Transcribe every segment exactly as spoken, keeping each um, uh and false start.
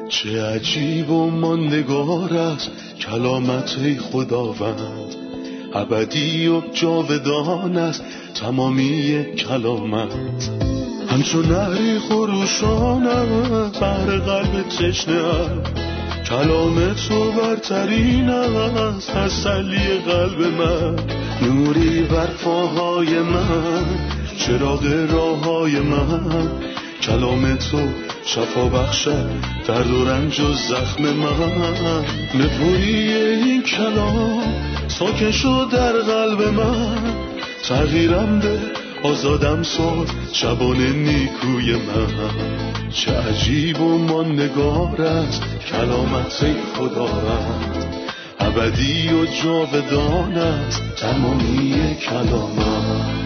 چه عجیب و ماندگار است کلامت ای خداوند، ابدی و جاودان است تمامی کلامت. همچون نهری خروشانم بر قلب تشنه‌ام، کلام تو برترین است تسلی قلب من. نوری بر پاهای من، چراغ راههای من، کلام تو شفا بخشد درد و رنج و زخم من. نپویی این کلام ساکن شد در قلب من، تغییرم ده آزادم ساز شبان نیکوی من. چه عجیب و ماندگار است کلامت ای خداوند، ابدی و جاودان است تمامی کلامت.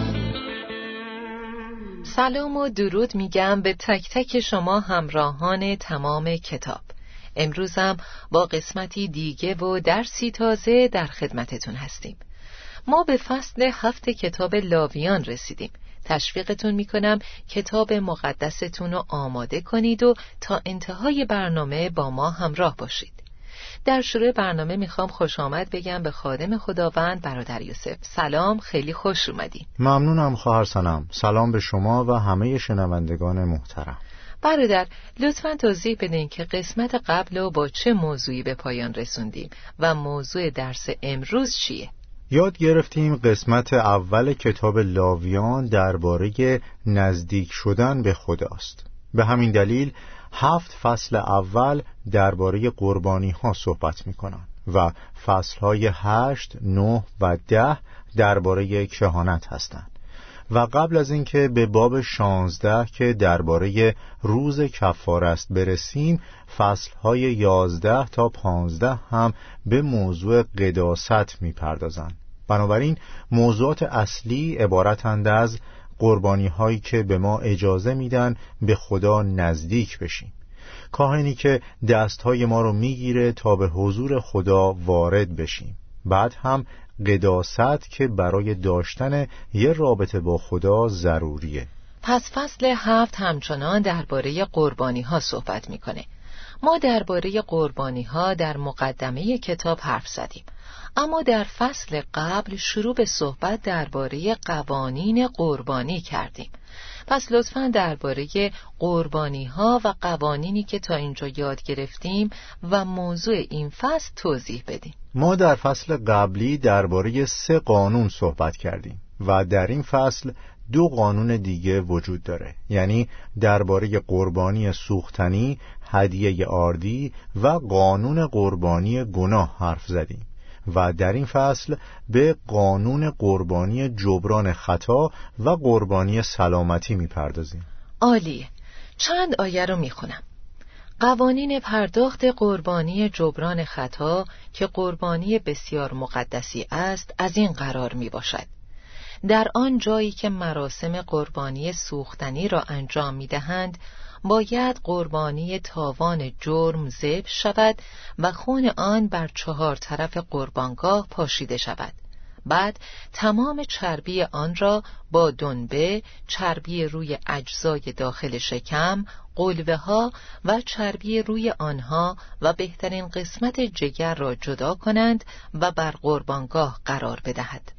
سلام و درود میگم به تک تک شما همراهان تمام کتاب. امروزم با قسمتی دیگه و درسی تازه در خدمتتون هستیم. ما به فصل هفت کتاب لاویان رسیدیم. تشویقتون میکنم کتاب مقدستون رو آماده کنید و تا انتهای برنامه با ما همراه باشید. در شروع برنامه میخوام خوش آمد بگم به خادم خداوند برادر یوسف. سلام، خیلی خوش اومدین. ممنونم خواهر سنم. سلام به شما و همه شنوندگان محترم. برادر لطفاً توضیح بدین که قسمت قبل رو با چه موضوعی به پایان رسوندیم و موضوع درس امروز چیه؟ یاد گرفتیم قسمت اول کتاب لاویان درباره نزدیک شدن به خداست. به همین دلیل هفت فصل اول درباره قربانی ها صحبت می کنن و فصل های هشت، نه و ده درباره کهانت هستند. و قبل از اینکه به باب شانزده که درباره روز کفاره است برسیم، فصل های یازده تا پانزده هم به موضوع قداست می پردازند. بنابراین موضوعات اصلی عبارتند از قربانی هایی که به ما اجازه میدن به خدا نزدیک بشیم، کاهنی که دست های ما رو میگیره تا به حضور خدا وارد بشیم، بعد هم قداست که برای داشتن یه رابطه با خدا ضروریه. پس فصل هفت همچنان درباره قربانی ها صحبت میکنه. ما درباره قربانی ها در مقدمه کتاب حرف زدیم، اما در فصل قبل شروع به صحبت درباره قوانین قربانی کردیم. پس لطفاً درباره قربانی ها و قوانینی که تا اینجا یاد گرفتیم و موضوع این فصل توضیح بدیم. ما در فصل قبلی درباره سه قانون صحبت کردیم و در این فصل دو قانون دیگه وجود داره، یعنی درباره قربانی سوختنی، هدیه آردی و قانون قربانی گناه حرف زدیم و در این فصل به قانون قربانی جبران خطا و قربانی سلامتی میپردازیم. عالیه. چند آیه رو میخونم. قوانین پرداخت قربانی جبران خطا که قربانی بسیار مقدسی است از این قرار می باشد: در آن جایی که مراسم قربانی سوختنی را انجام می دهند باید قربانی تاوان جرم ذبح شود و خون آن بر چهار طرف قربانگاه پاشیده شود. بعد تمام چربی آن را با دنبه، چربی روی اجزای داخل شکم، قلوه ها و چربی روی آنها و بهترین قسمت جگر را جدا کنند و بر قربانگاه قرار بدهد.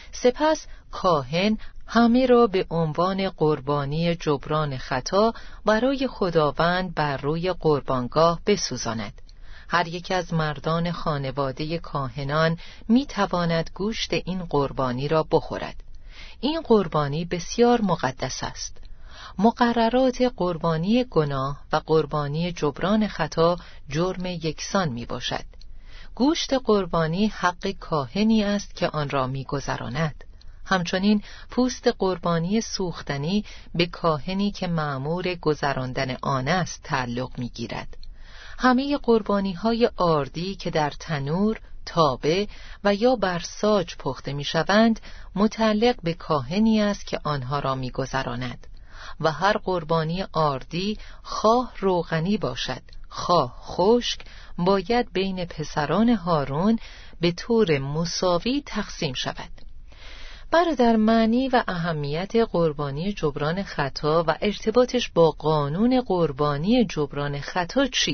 سپس کاهن همه را به عنوان قربانی جبران خطا برای خداوند بر روی قربانگاه بسوزاند. هر یک از مردان خانواده کاهنان می تواند گوشت این قربانی را بخورد. این قربانی بسیار مقدس است. مقررات قربانی گناه و قربانی جبران خطا جرم یکسان می باشد. گوشت قربانی حق کاهنی است که آن را می گذراند. همچنین پوست قربانی سوختنی به کاهنی که مأمور گذراندن آن است تعلق می گیرد. همه قربانی های آردی که در تنور، تابه و یا بر ساج پخته می شوند متعلق به کاهنی است که آنها را می گذراند و هر قربانی آردی خواه روغنی باشد خواه خشک باید بین پسران هارون به طور مساوی تقسیم شود. برادر، معنی و اهمیت قربانی جبران خطا و ارتباطش با قانون قربانی جبران خطا چیه؟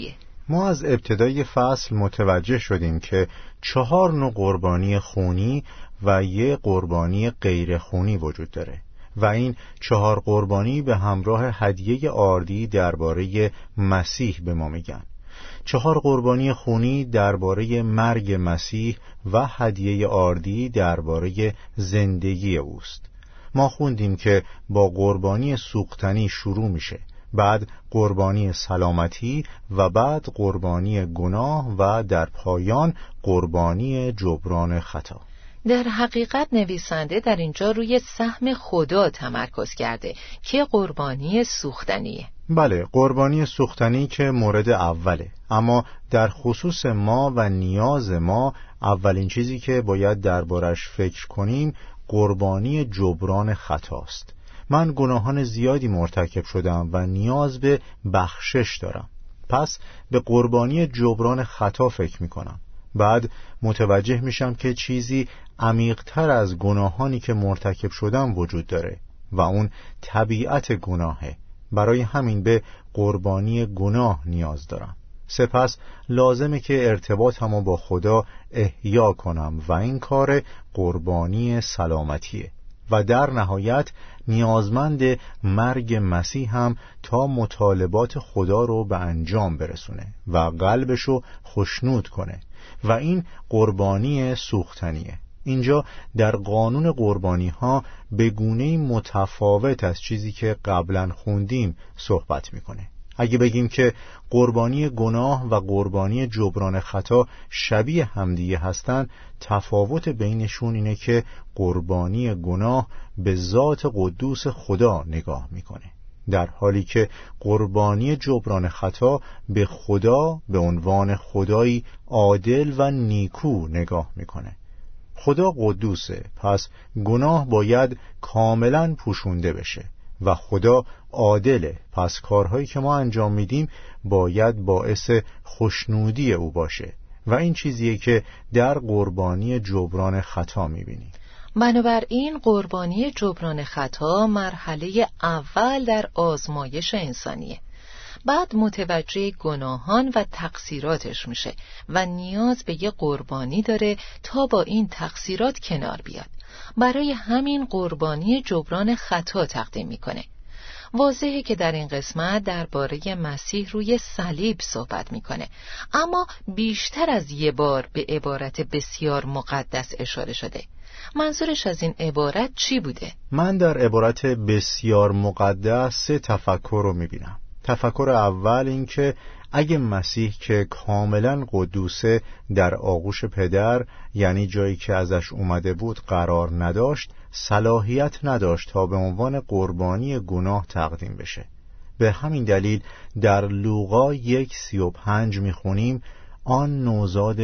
ما از ابتدای فصل متوجه شدیم که چهار نوع قربانی خونی و یک قربانی غیر خونی وجود داره و این چهار قربانی به همراه هدیه آردی درباره مسیح به ما میگن. چهار قربانی خونی درباره مرگ مسیح و هدیه آردی درباره زندگی اوست. ما خوندیم که با قربانی سوختنی شروع میشه، بعد قربانی سلامتی و بعد قربانی گناه و در پایان قربانی جبران خطا. در حقیقت نویسنده در اینجا روی سهم خدا تمرکز کرده که قربانی سوختنیه. بله، قربانی سوختنی که مورد اوله، اما در خصوص ما و نیاز ما اولین چیزی که باید دربارش فکر کنیم قربانی جبران خطاست. من گناهان زیادی مرتکب شدم و نیاز به بخشش دارم، پس به قربانی جبران خطا فکر میکنم. بعد متوجه میشم که چیزی عمیق‌تر از گناهانی که مرتکب شدم وجود داره و اون طبیعت گناهه. برای همین به قربانی گناه نیاز دارم. سپس لازمه که ارتباطمو با خدا احیا کنم و این کار قربانی سلامتیه و در نهایت نیازمند مرگ مسیح هم تا مطالبات خدا رو به انجام برسونه و قلبشو خشنود کنه و این قربانی سوختنیه. اینجا در قانون قربانی ها به گونه‌ای متفاوت از چیزی که قبلا خوندیم صحبت میکنه. اگه بگیم که قربانی گناه و قربانی جبران خطا شبیه همدیگه هستن، تفاوت بینشون اینه که قربانی گناه به ذات قدوس خدا نگاه میکنه، در حالی که قربانی جبران خطا به خدا به عنوان خدایی عادل و نیکو نگاه میکنه. خدا قدوسه، پس گناه باید کاملا پوشونده بشه و خدا عادله، پس کارهایی که ما انجام میدیم باید باعث خوشنودی او باشه و این چیزیه که در قربانی جبران خطا میبینیم. بنابراین قربانی جبران خطا مرحله اول در آزمایش انسانیه. بعد متوجه گناهان و تقصیراتش میشه و نیاز به یه قربانی داره تا با این تقصیرات کنار بیاد. برای همین قربانی جبران خطا تقدیم میکنه. واضحه که در این قسمت درباره مسیح روی صلیب صحبت میکنه، اما بیشتر از یه بار به عبارت بسیار مقدس اشاره شده. منظورش از این عبارت چی بوده؟ من در عبارت بسیار مقدس سه تفکر رو میبینم. تفکر اول این که اگه مسیح که کاملا قدوسه در آغوش پدر، یعنی جایی که ازش اومده بود، قرار نداشت، صلاحیت نداشت تا به عنوان قربانی گناه تقدیم بشه. به همین دلیل در لوقا یک سی و پنج میخونیم آن نوزاد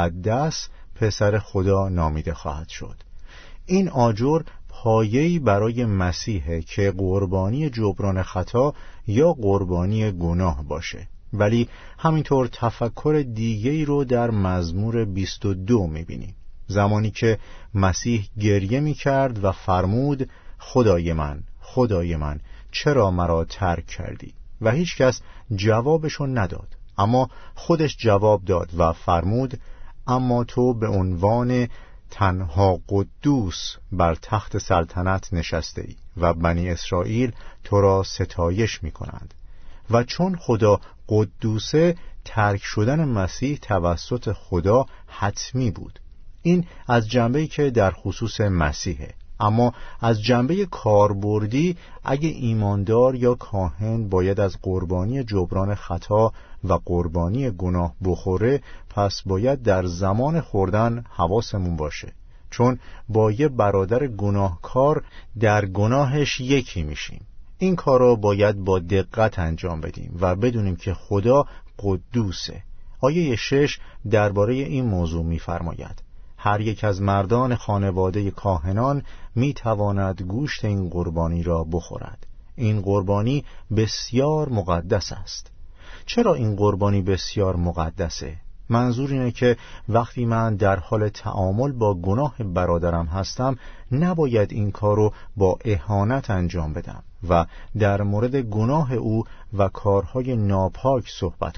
مقدس پسر خدا نامیده خواهد شد. این آجر پایه‌ای برای مسیحه که قربانی جبران خطا یا قربانی گناه باشه. ولی همینطور تفکر دیگه‌ای رو در مزمور بیست و دو می‌بینیم، زمانی که مسیح گریه می‌کرد و فرمود خدای من، خدای من، چرا مرا ترک کردی؟ و هیچ کس جوابشو نداد، اما خودش جواب داد و فرمود اما تو به عنوان تنها قدوس بر تخت سلطنت نشسته ای و بنی اسرائیل تو را ستایش می کنند. و چون خدا قدوسه، ترک شدن مسیح توسط خدا حتمی بود. این از جنبه‌ای که در خصوص مسیحه. اما از جنبه کاربردی، اگه ایماندار یا کاهن باید از قربانی جبران خطا و قربانی گناه بخوره، پس باید در زمان خوردن حواسمون باشه، چون با یه برادر گناهکار در گناهش یکی میشیم. این کار رو باید با دقت انجام بدیم و بدونیم که خدا قدوسه. آیه شش درباره این موضوع می‌فرماید هر یک از مردان خانواده کاهنان می تواند گوشت این قربانی را بخورد. این قربانی بسیار مقدس است. چرا این قربانی بسیار مقدسه؟ منظور اینه که وقتی من در حال تعامل با گناه برادرم هستم، نباید این کارو با اهانت انجام بدم و در مورد گناه او و کارهای ناپاک صحبت کنم.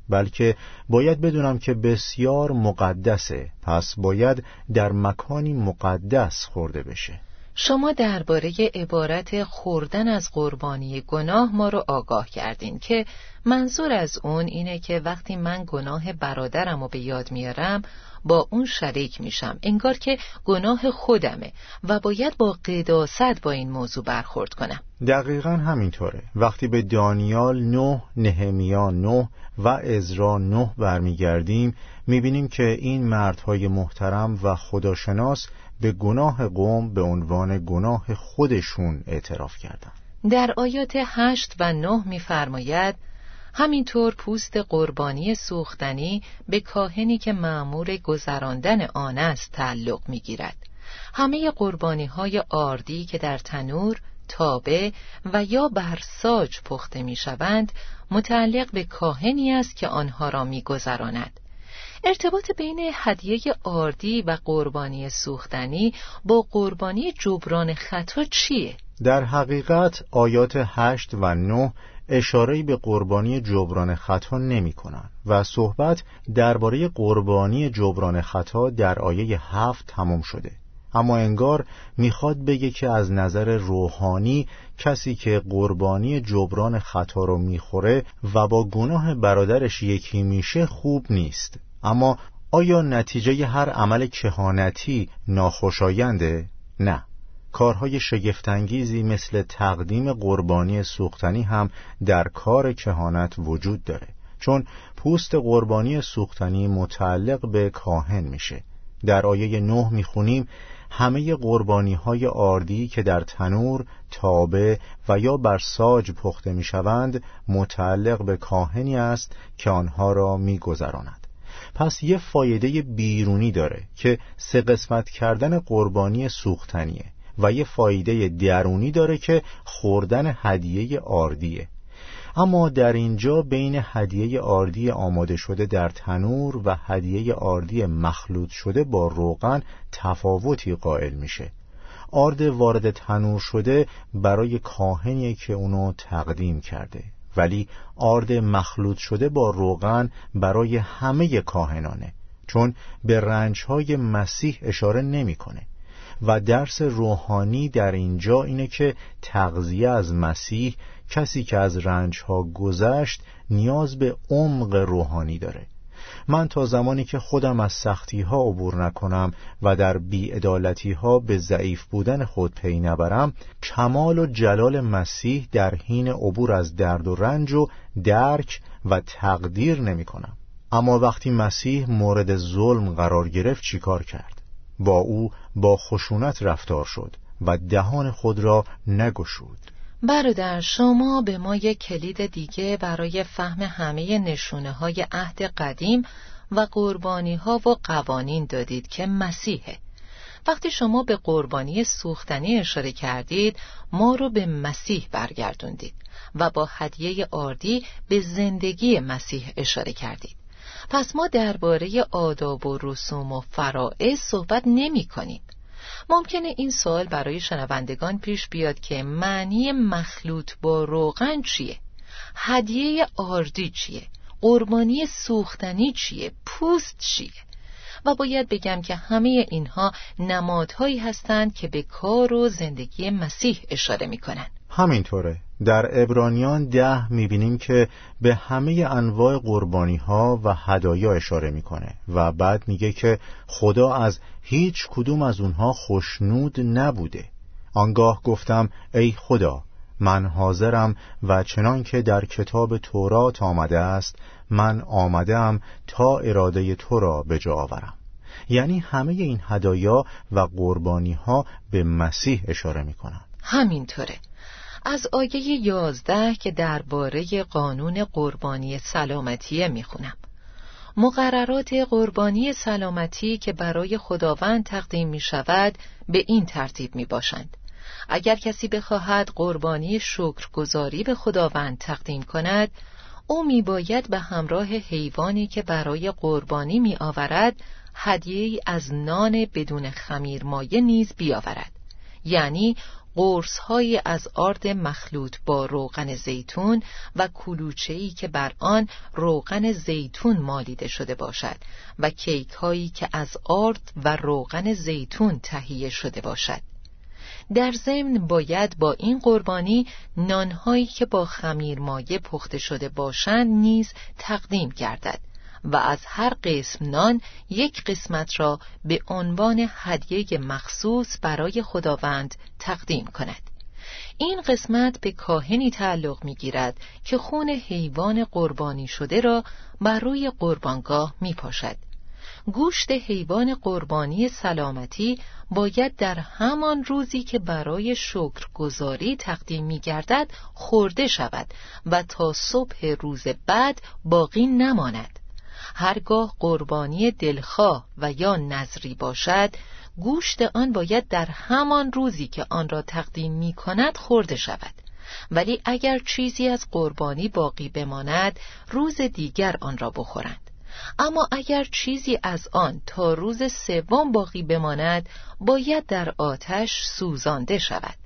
بلکه باید بدونم که بسیار مقدسه، پس باید در مکانی مقدس خورده بشه. شما درباره عبارت خوردن از قربانی گناه ما رو آگاه کردین که منظور از اون اینه که وقتی من گناه برادرم رو به یاد میارم با اون شریک میشم، انگار که گناه خودمه و باید با قداست با این موضوع برخورد کنم. دقیقاً همینطوره. وقتی به دانیال نه، نهمیا نه و عزرا نه برمیگردیم میبینیم که این مردهای محترم و خداشناس به گناه قوم به عنوان گناه خودشون اعتراف کردند. در آیات هشت و نه می‌فرماید همینطور پوست قربانی سوختنی به کاهنی که مأمور گذراندن آن است تعلق می‌گیرد. همه قربانی‌های آردی که در تنور، تابه و یا بر ساج پخته می‌شوند متعلق به کاهنی است که آنها را می‌گذراند. ارتباط بین هدیه آردی و قربانی سوختنی با قربانی جبران خطا چیه؟ در حقیقت آیات هشت و نه اشاره‌ای به قربانی جبران خطا نمی‌کنند و صحبت درباره قربانی جبران خطا در آیه هفت تمام شده. اما انگار میخواد بگه که از نظر روحانی کسی که قربانی جبران خطا رو میخوره و با گناه برادرش یکی میشه خوب نیست. اما آیا نتیجه هر عمل کهانتی ناخوشاینده؟ نه. کارهای شگفت‌انگیزی مثل تقدیم قربانی سوختنی هم در کار کهانت وجود داره، چون پوست قربانی سوختنی متعلق به کاهن میشه. در آیه نه میخونیم همه قربانی‌های آردی که در تنور، تابه و یا بر ساج پخته میشوند متعلق به کاهنی است که آنها را میگذراند. پس یه فایده بیرونی داره که سه قسمت کردن قربانی سوختنیه و یه فایده درونی داره که خوردن هدیه آردیه. اما در اینجا بین هدیه آردی آماده شده در تنور و هدیه آردی مخلوط شده با روغن تفاوتی قائل میشه. آرد وارد تنور شده برای کاهنی که اونو تقدیم کرده، ولی آرد مخلوط شده با روغن برای همه کاهنانه، چون به رنجهای مسیح اشاره نمیکنه. و درس روحانی در اینجا اینه که تغذیه از مسیح، کسی که از رنجها گذشت، نیاز به عمق روحانی داره. من تا زمانی که خودم از سختی‌ها عبور نکنم و در بی‌عدالتی‌ها به ضعیف بودن خود پی نبرم، کمال و جلال مسیح در حین عبور از درد و رنج و درک و تقدیر نمی‌کنم. اما وقتی مسیح مورد ظلم قرار گرفت چیکار کرد؟ با او با خشونت رفتار شد و دهان خود را نگشود. برادر، شما به ما یک کلید دیگه برای فهم همه نشونه های عهد قدیم و قربانی ها و قوانین دادید که مسیحه. وقتی شما به قربانی سوختنی اشاره کردید، ما رو به مسیح برگردوندید و با هدیه آردی به زندگی مسیح اشاره کردید. پس ما درباره آداب و رسوم و فرائض صحبت نمی کنیم. ممکنه این سوال برای شنوندگان پیش بیاد که معنی مخلوط با روغن چیه؟ هدیه آردی چیه؟ قربانی سوختنی چیه؟ پوست چیه؟ و باید بگم که همه اینها نمادهایی هستند که به کار و زندگی مسیح اشاره می کنن. همینطوره. در عبرانیان ده میبینیم که به همه انواع قربانی ها و هدایا اشاره میکنه و بعد میگه که خدا از هیچ کدوم از اونها خوشنود نبوده. آنگاه گفتم ای خدا، من حاضرم و چنان که در کتاب تورات آمده است، من آمدم تا اراده تو را به جا آورم. یعنی همه این هدایا و قربانی ها به مسیح اشاره میکنن. همینطوره. از آیه یازده که درباره قانون قربانی سلامتی میخونم. مقررات قربانی سلامتی که برای خداوند تقدیم می شود به این ترتیب می باشند. اگر کسی بخواهد قربانی شکرگزاری به خداوند تقدیم کند، او می باید به همراه حیوانی که برای قربانی می آورد هدیه‌ای از نان بدون خمیر مایه نیز بیاورد. یعنی قرص‌هایی از آرد مخلوط با روغن زیتون و کلوچه‌ای که بر آن روغن زیتون مالیده شده باشد و کیک‌هایی که از آرد و روغن زیتون تهیه شده باشد. در ضمن باید با این قربانی نان‌هایی که با خمیرمایه پخته شده باشند نیز تقدیم گردد و از هر قسم نان یک قسمت را به عنوان هدیه مخصوص برای خداوند تقدیم کند. این قسمت به کاهنی تعلق می‌گیرد که خون حیوان قربانی شده را بر روی قربانگاه می‌پاشد. گوشت حیوان قربانی سلامتی باید در همان روزی که برای شکرگزاری تقدیم می‌گردد خورده شود و تا صبح روز بعد باقی نماند. هرگاه قربانی دلخواه و یا نذری باشد، گوشت آن باید در همان روزی که آن را تقدیم می کند خورده شود، ولی اگر چیزی از قربانی باقی بماند روز دیگر آن را بخورند. اما اگر چیزی از آن تا روز سوم باقی بماند باید در آتش سوزانده شود.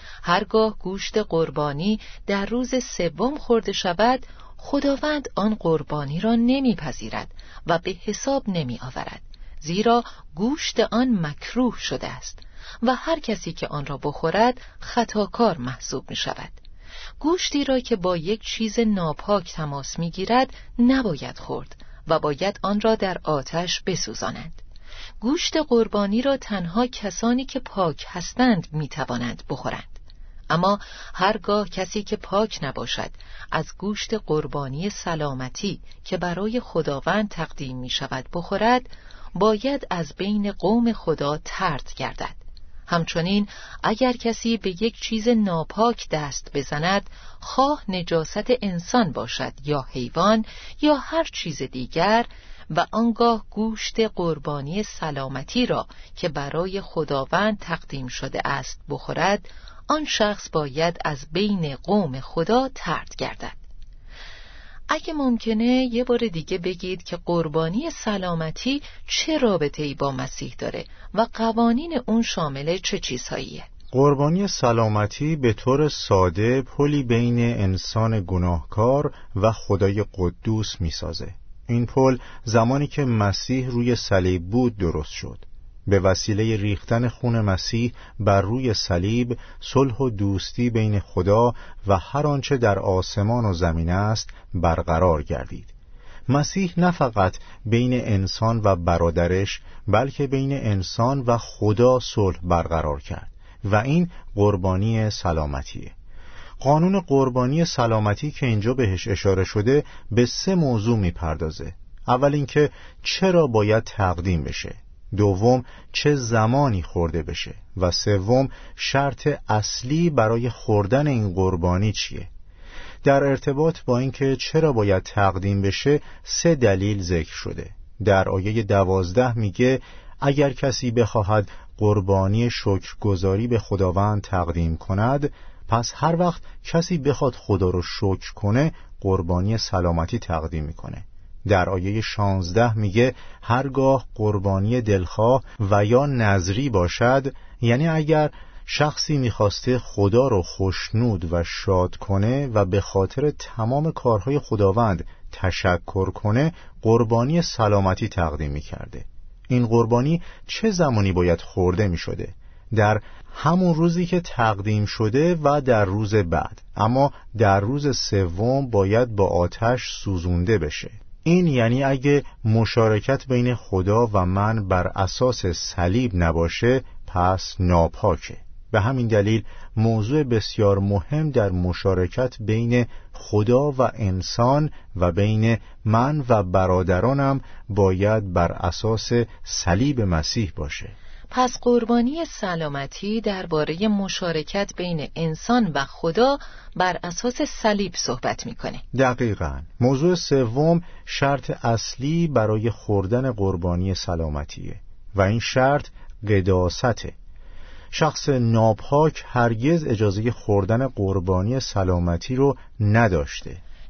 هرگاه گوشت قربانی در روز سوم خورده شود، خداوند آن قربانی را نمیپذیرد و به حساب نمی آورد، زیرا گوشت آن مکروه شده است و هر کسی که آن را بخورد خطاکار محسوب می شود. گوشتی را که با یک چیز ناپاک تماس می گیرد نباید خورد و باید آن را در آتش بسوزانند. گوشت قربانی را تنها کسانی که پاک هستند می توانند بخورند. اما هرگاه کسی که پاک نباشد از گوشت قربانی سلامتی که برای خداوند تقدیم می شود بخورد، باید از بین قوم خدا طرد گردد. همچنین اگر کسی به یک چیز ناپاک دست بزند، خواه نجاست انسان باشد یا حیوان یا هر چیز دیگر، و آنگاه گوشت قربانی سلامتی را که برای خداوند تقدیم شده است بخورد، آن شخص باید از بین قوم خدا طرد گردد. اگه ممکنه یه بار دیگه بگید که قربانی سلامتی چه رابطه‌ای با مسیح داره و قوانین اون شامل چه چیزهاییه؟ قربانی سلامتی به طور ساده پلی بین انسان گناهکار و خدای قدوس میسازه. این پل زمانی که مسیح روی صلیب بود درست شد. به وسیله ریختن خون مسیح بر روی صلیب صلح و دوستی بین خدا و هر آنچه در آسمان و زمین است برقرار گردید. مسیح نه فقط بین انسان و برادرش، بلکه بین انسان و خدا صلح برقرار کرد و این قربانی سلامتیه. قانون قربانی سلامتی که اینجا بهش اشاره شده به سه موضوع میپردازه. اول اینکه چرا باید تقدیم بشه، دوم چه زمانی خورده بشه و سوم شرط اصلی برای خوردن این قربانی چیه. در ارتباط با اینکه چرا باید تقدیم بشه سه دلیل ذکر شده. در آیه دوازده میگه اگر کسی بخواهد قربانی شکرگزاری به خداوند تقدیم کند، پس هر وقت کسی بخواد خدا رو شکر کنه قربانی سلامتی تقدیم میکنه. در آیه شانزده میگه هرگاه قربانی دلخواه و یا نذری باشد، یعنی اگر شخصی میخواسته خدا رو خوشنود و شاد کنه و به خاطر تمام کارهای خداوند تشکر کنه، قربانی سلامتی تقدیم میکرده. این قربانی چه زمانی باید خورده میشده؟ در همون روزی که تقدیم شده و در روز بعد، اما در روز سوم باید با آتش سوزونده بشه. این یعنی اگه مشارکت بین خدا و من بر اساس صلیب نباشه پس ناپاکه. به همین دلیل موضوع بسیار مهم در مشارکت بین خدا و انسان و بین من و برادرانم باید بر اساس صلیب مسیح باشه. پس قربانی سلامتی درباره مشارکت بین انسان و خدا بر اساس صلیب صحبت میکنه. دقیقاً. موضوع سوم شرط اصلی برای خوردن قربانی سلامتیه و این شرط قداسته. شخص ناپاک هرگز اجازه خوردن قربانی سلامتی رو نداشته.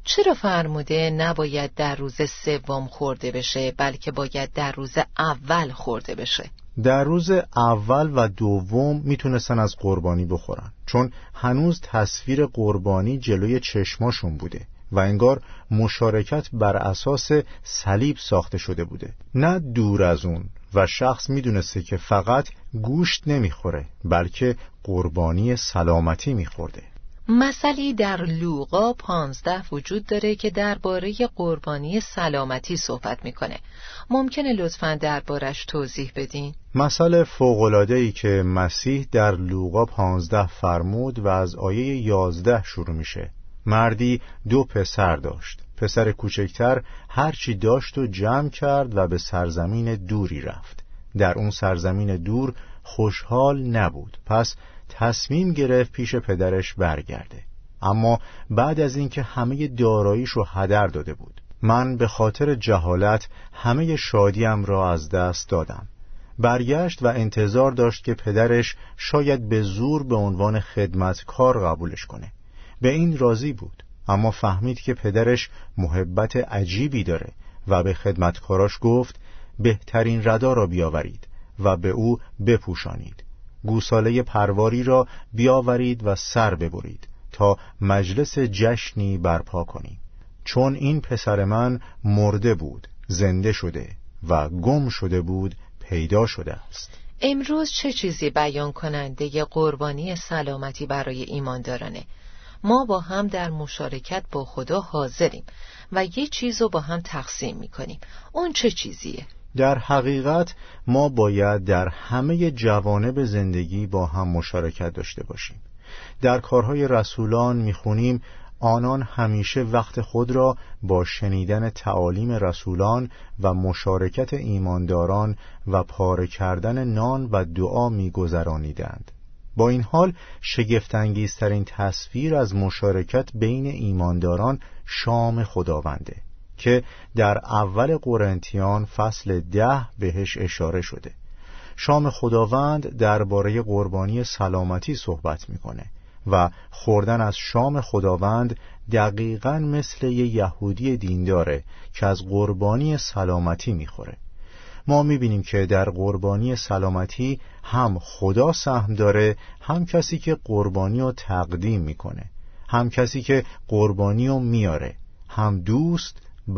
چرا فرموده نباید در روز سوم خورده بشه بلکه باید در روز اول خورده بشه؟ در روز اول و دوم میتونستن از قربانی بخورن، چون هنوز تصویر قربانی جلوی چشماشون بوده و انگار مشارکت بر اساس صلیب ساخته شده بوده، نه دور از اون. و شخص میدونسته که فقط گوشت نمیخوره بلکه قربانی سلامتی میخورده. مثلی در لوقا پانزده وجود داره که درباره قربانی سلامتی صحبت میکنه. ممکنه لطفاً دربارش توضیح بدین؟ مثل فوق‌العاده‌ای که مسیح در لوقا پانزده فرمود و از آیه یازده شروع میشه. مردی دو پسر داشت. پسر کوچکتر هرچی داشت و جمع کرد و به سرزمین دوری رفت. در اون سرزمین دور خوشحال نبود، پس تصمیم گرفت پیش پدرش برگرده. اما بعد از اینکه همه داراییش رو هدر داده بود. من به خاطر جهالت همه شادیم را از دست دادم. برگشت و انتظار داشت که پدرش شاید به زور به عنوان خدمتکار قبولش کنه. به این راضی بود، اما فهمید که پدرش محبت عجیبی داره و به خدمتکاراش گفت بهترین ردا را بیاورید و به او بپوشانید. گوساله پرواری را بیاورید و سر ببرید تا مجلس جشنی برپا کنیم، چون این پسر من مرده بود زنده شده و گم شده بود پیدا شده است. امروز چه چیزی بیان کننده قربانی سلامتی برای ایماندارانه؟ ما با هم در مشارکت با خدا حاضریم و یه چیز رو با هم تقسیم میکنیم. اون چه چیزیه؟ در حقیقت ما باید در همه جوانب زندگی با هم مشارکت داشته باشیم. در کارهای رسولان میخونیم آنان همیشه وقت خود را با شنیدن تعالیم رسولان و مشارکت ایمانداران و پاره کردن نان و دعا میگذرانیدند. با این حال شگفت‌انگیزترین تصویر از مشارکت بین ایمانداران شام خداونده که در اول قرنتیان فصل ده بهش اشاره شده. شام خداوند درباره قربانی سلامتی صحبت میکنه و خوردن از شام خداوند دقیقاً مثل یه یهودی دینداره که از قربانی سلامتی میخوره. ما میبینیم که در قربانی سلامتی هم خدا سهم داره، هم کسی که قربانی رو تقدیم میکنه، هم کسی که قربانی رو میاره، هم دوست،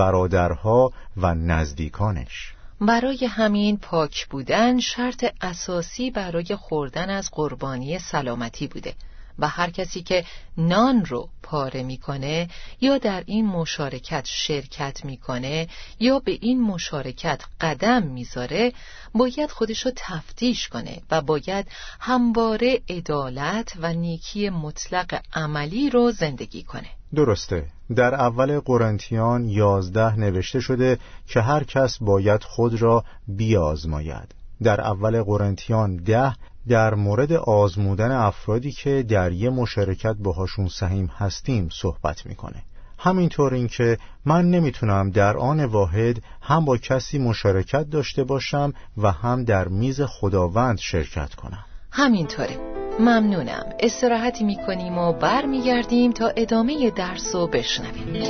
برادرها و نزدیکانش. برای همین پاک بودن شرط اساسی برای خوردن از قربانی سلامتی بوده و هر کسی که نان رو پاره میکنه یا در این مشارکت شرکت میکنه یا به این مشارکت قدم میذاره باید خودشو تفتیش کنه و باید همواره عدالت و نیکی مطلق عملی رو زندگی کنه. درسته. در اول قرنتیان یازده نوشته شده که هر کس باید خود را بیازماید. در اول قرنتیان ده در مورد آزمودن افرادی که در یه مشارکت باهاشون سهیم هستیم صحبت میکنه. همینطور این که من نمیتونم در آن واحد هم با کسی مشارکت داشته باشم و هم در میز خداوند شرکت کنم. همینطوره. ممنونم. استراحتی میکنیم و بر میگردیم تا ادامه درس رو بشنویم.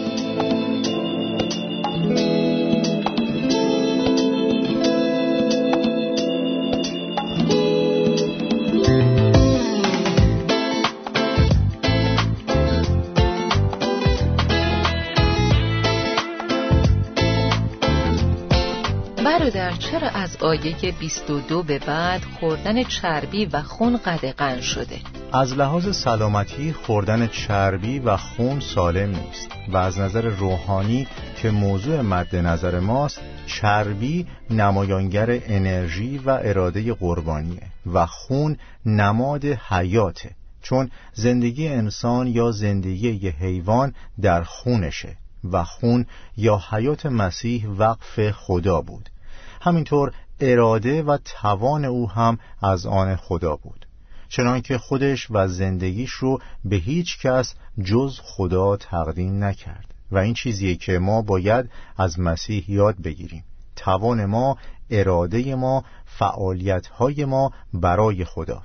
برادر، چرا از آیه بیست و دو به بعد خوردن چربی و خون قدغن شده؟ از لحاظ سلامتی خوردن چربی و خون سالم نیست و از نظر روحانی که موضوع مد نظر ماست، چربی نمایانگر انرژی و اراده قربانیه و خون نماد حیاته، چون زندگی انسان یا زندگی یه حیوان در خونشه و خون یا حیات مسیح وقف خدا بود. همینطور اراده و توان او هم از آن خدا بود، چنانکه خودش و زندگیش رو به هیچ کس جز خدا تقدیم نکرد و این چیزیه که ما باید از مسیح یاد بگیریم. توان ما، اراده ما، فعالیت‌های ما برای خداست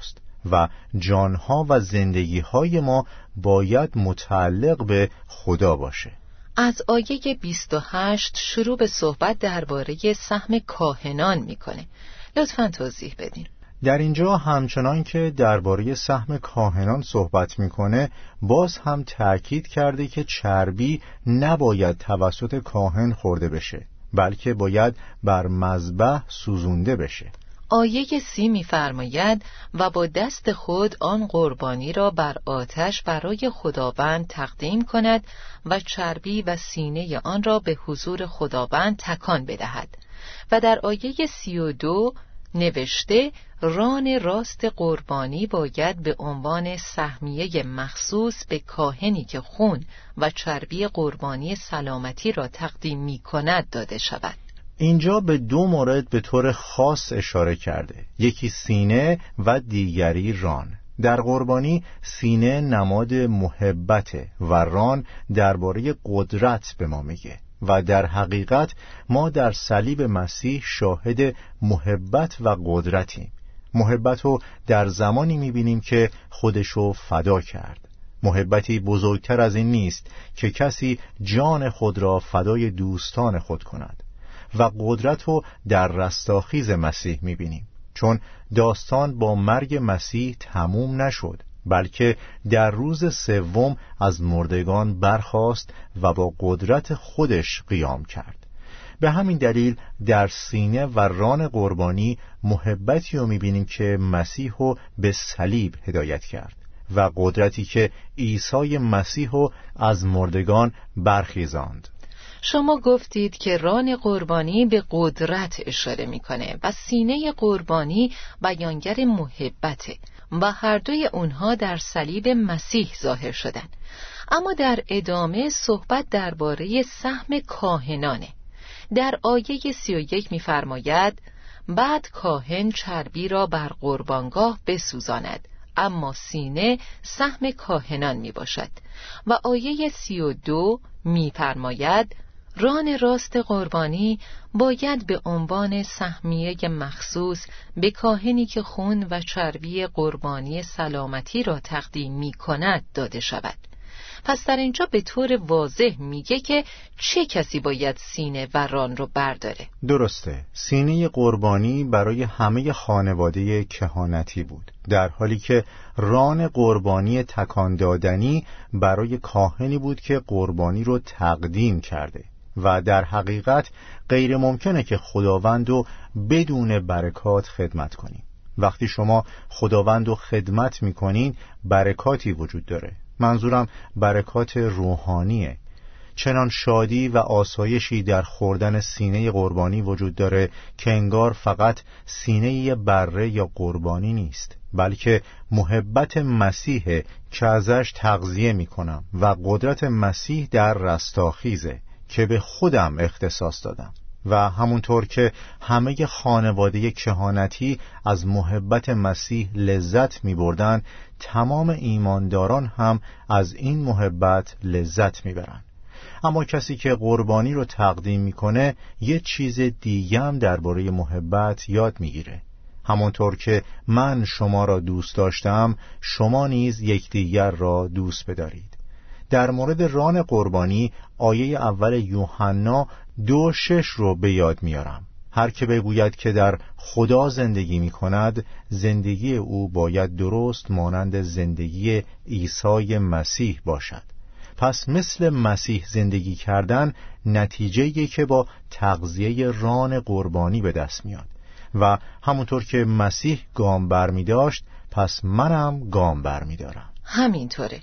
و جانها و زندگیهای ما باید متعلق به خدا باشه. از آیه بیست و هشت شروع به صحبت درباره سهم کاهنان میکنه. لطفاً توضیح بدین. در اینجا همچنان که درباره سهم کاهنان صحبت میکنه، باز هم تأکید کرده که چربی نباید توسط کاهن خورده بشه، بلکه باید بر مذبح سوزونده بشه. آیه سی می‌فرماید و با دست خود آن قربانی را بر آتش برای خداوند تقدیم کند و چربی و سینه آن را به حضور خداوند تکان بدهد. و در آیه سی و دو نوشته ران راست قربانی باید به عنوان سهمیه مخصوص به کاهنی که خون و چربی قربانی سلامتی را تقدیم می کند داده شود. اینجا به دو مورد به طور خاص اشاره کرده، یکی سینه و دیگری ران. در قربانی سینه نماد محبته و ران درباره قدرت به ما میگه و در حقیقت ما در صلیب مسیح شاهد محبت و قدرتیم. محبت رو در زمانی میبینیم که خودشو فدا کرد. محبتی بزرگتر از این نیست که کسی جان خود را فدای دوستان خود کند. و قدرت رو در رستاخیز مسیح میبینیم، چون داستان با مرگ مسیح تموم نشد، بلکه در روز سوم از مردگان برخاست و با قدرت خودش قیام کرد. به همین دلیل در سینه و ران قربانی محبتی رو میبینیم که مسیح رو به صلیب هدایت کرد و قدرتی که عیسی مسیح رو از مردگان برخیزاند. شما گفتید که ران قربانی به قدرت اشاره میکنه و سینه قربانی بیانگر محبته و هر دوی اونها در صلیب مسیح ظاهر شدن. اما در ادامه صحبت درباره سهم کاهنانه. در آیه سی و یک می‌فرماید بعد کاهن چربی را بر قربانگاه بسوزاند، اما سینه سهم کاهنان می باشد. و آیه سی و دو می‌فرماید ران راست قربانی باید به عنوان سهمیه مخصوص به کاهنی که خون و چربی قربانی سلامتی را تقدیم می کند داده شود. پس در اینجا به طور واضح میگه که چه کسی باید سینه و ران رو برداره. درسته، سینه قربانی برای همه خانواده کهانتی بود، در حالی که ران قربانی تکان دادنی برای کاهنی بود که قربانی رو تقدیم کرده و در حقیقت غیر ممکنه که خداوند رو بدون برکات خدمت کنیم. وقتی شما خداوند رو خدمت میکنین برکاتی وجود داره. منظورم برکات روحانیه. چنان شادی و آسایشی در خوردن سینه قربانی وجود داره که انگار فقط سینه بره یا قربانی نیست، بلکه محبت مسیحه که ازش تغذیه میکنم و قدرت مسیح در رستاخیزه که به خودم اختصاص دادم. و همونطور که همه خانواده کهانتی از محبت مسیح لذت می بردن، تمام ایمانداران هم از این محبت لذت می برن. اما کسی که قربانی رو تقدیم میکنه یه چیز دیگه هم درباره محبت یاد میگیره. همونطور که من شما را دوست داشتم، شما نیز یکدیگر را دوست بدارید. در مورد ران قربانی آیه اول یوحنا دو شش رو به یاد میارم. هر که بگوید که در خدا زندگی می کند، زندگی او باید درست مانند زندگی عیسی مسیح باشد. پس مثل مسیح زندگی کردن نتیجه‌ای که با تغذیه ران قربانی به دست میاد و همونطور که مسیح گام بر می داشت، پس منم گام بر می دارم. همینطوره.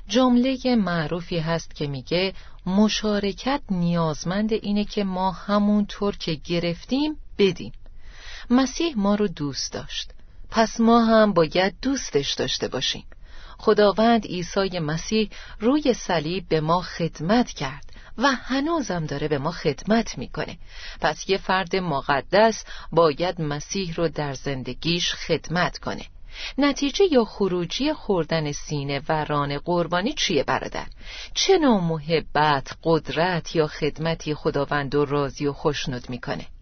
جمله معروفی هست که میگه مشارکت نیازمند اینه که ما همونطور که گرفتیم بدیم. مسیح ما رو دوست داشت، پس ما هم باید دوستش داشته باشیم. خداوند عیسی مسیح روی صلیب به ما خدمت کرد و هنوزم داره به ما خدمت میکنه. پس یه فرد مقدس باید مسیح رو در زندگیش خدمت کنه. نتیجه یا خروجی خوردن سینه و ران قربانی چیه برادر؟ چه نوع محبت، قدرت یا خدمتی خداوند رو راضی و خوشنود میکنه؟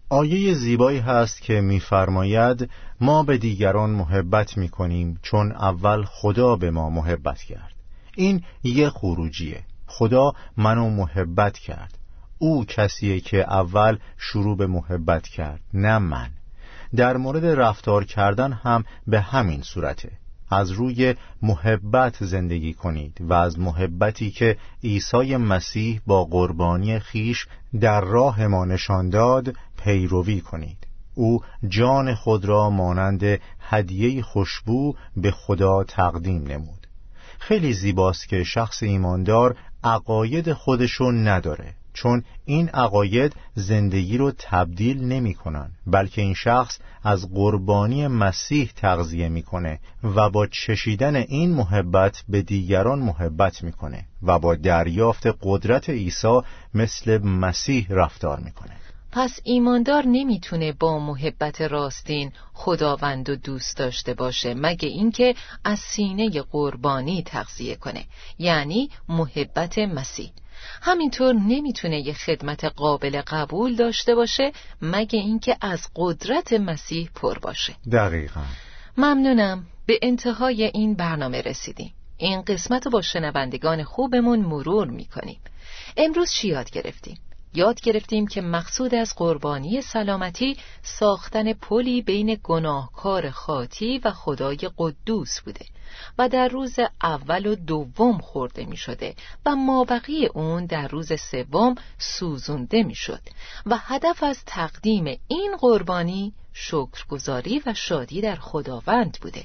آیه زیبایی هست که می‌فرماید ما به دیگران محبت می‌کنیم چون اول خدا به ما محبت کرد. این یه خروجیه. خدا منو محبت کرد. او کسیه که اول شروع به محبت کرد، نه من. در مورد رفتار کردن هم به همین صورته. از روی محبت زندگی کنید و از محبتی که عیسی مسیح با قربانی خیش در راه ما نشان داد پیروی کنید. او جان خود را مانند هدیه خوشبو به خدا تقدیم نمود. خیلی زیباست که شخص ایماندار عقاید خودشو نداره، چون این عقاید زندگی رو تبدیل نمی کنن، بلکه این شخص از قربانی مسیح تغذیه میکنه و با چشیدن این محبت به دیگران محبت میکنه و با دریافت قدرت عیسی مثل مسیح رفتار میکنه. پس ایماندار نمیتونه با محبت راستین خداوند و دوست داشته باشه مگه اینکه از سینه قربانی تغذیه کنه، یعنی محبت مسیح. همینطور نمیتونه یه خدمت قابل قبول داشته باشه مگه اینکه از قدرت مسیح پر باشه. دقیقاً. ممنونم. به انتهای این برنامه رسیدیم. این قسمت رو با شنوندگان خوبمون مرور میکنیم. امروز چی یاد گرفتیم؟ یاد گرفتیم که مقصود از قربانی سلامتی ساختن پلی بین گناهکار خاطی و خدای قدوس بوده و در روز اول و دوم خورده می شده و مابقی اون در روز سوم سوزونده می شد و هدف از تقدیم این قربانی شکرگزاری و شادی در خداوند بوده.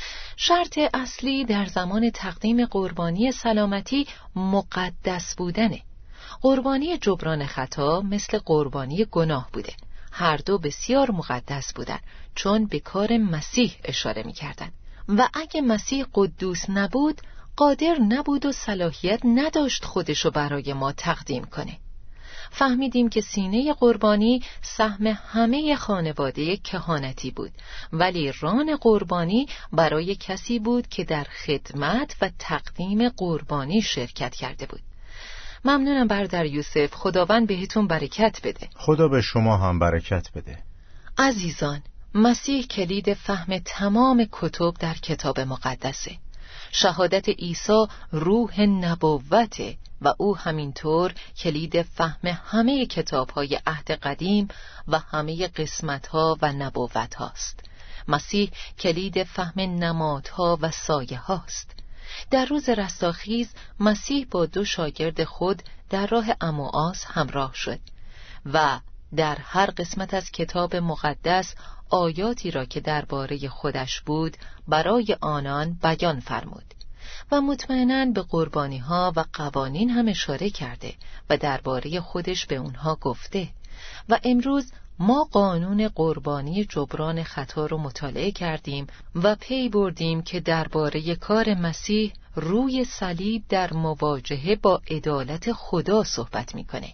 شرط اصلی در زمان تقدیم قربانی سلامتی مقدس بودنه. قربانی جبران خطا مثل قربانی گناه بوده. هر دو بسیار مقدس بودن چون به کار مسیح اشاره می کردن. و اگه مسیح قدوس نبود قادر نبود و صلاحیت نداشت خودشو برای ما تقدیم کنه. فهمیدیم که سینه قربانی سهم همه خانواده کهانتی بود، ولی ران قربانی برای کسی بود که در خدمت و تقدیم قربانی شرکت کرده بود. ممنونم برادر یوسف. خداوند بهتون برکت بده. خدا به شما هم برکت بده. عزیزان، مسیح کلید فهم تمام کتب در کتاب مقدسه. شهادت عیسی روح نبوته و او همینطور کلید فهم همه کتاب‌های عهد قدیم و همه قسمت‌ها و نبوت هاست. مسیح کلید فهم نمادها و سایه هاست. در روز رستاخیز مسیح با دو شاگرد خود در راه اموآس همراه شد و در هر قسمت از کتاب مقدس آیاتی را که درباره خودش بود برای آنان بیان فرمود و مطمئناً به قربانی‌ها و قوانین هم اشاره کرده و درباره خودش به اونها گفته. و امروز ما قانون قربانی جبران خطا رو مطالعه کردیم و پی بردیم که درباره کار مسیح روی صلیب در مواجهه با عدالت خدا صحبت میکنه.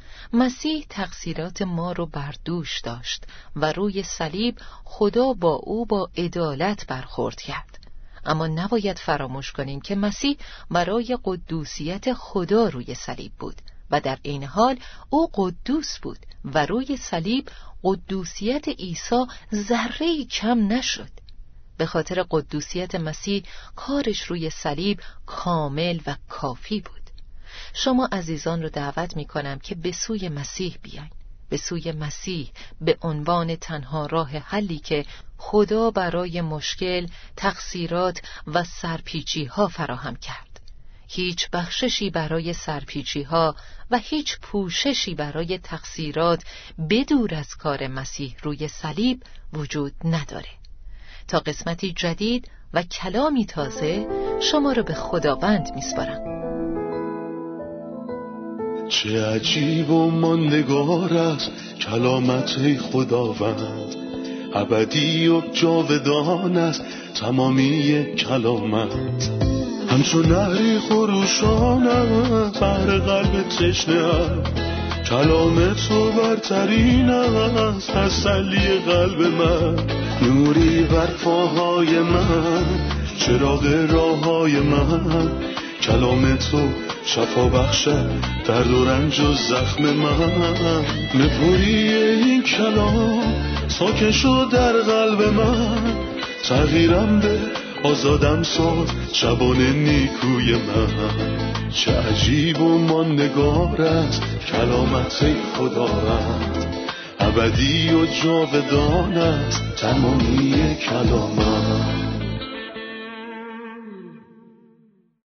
مسیح تقصیرات ما رو بر دوش داشت و روی صلیب خدا با او با عدالت برخورد کرد. اما نباید فراموش کنیم که مسیح برای قدوسیت خدا روی صلیب بود و در این حال او قدوس بود و روی صلیب قدوسیت عیسی ذره‌ای کم نشد. به خاطر قدوسیت مسیح کارش روی صلیب کامل و کافی بود. شما عزیزان رو دعوت می کنم که به سوی مسیح بیاین، به سوی مسیح به عنوان تنها راه حلی که خدا برای مشکل، تقصیرات و سرپیچی ها فراهم کرد. هیچ بخششی برای سرپیچی ها و هیچ پوششی برای تقصیرات بدور از کار مسیح روی صلیب وجود نداره. تا قسمتی جدید و کلامی تازه شما رو به خداوند میسپارم. چه عجیب و ماندگار است کلامت خداوند، ابدی و جاودان است تمامی کلامت. همچون نهری خروشان است بر قلب تشنه است، کلام تو برترین است تسلی قلب من. نوری بر پاهای من، چراغ راههای من، کلام تو شفا بخشد درد و رنج و زخم من. نپوری این کلام ساکن شد در قلب من، تغییرم به آزادم ساز شبان نیکوی من. چه عجیب و ماندگار است کلامت خداوند، ابدی و جاودان است تمامی کلامت.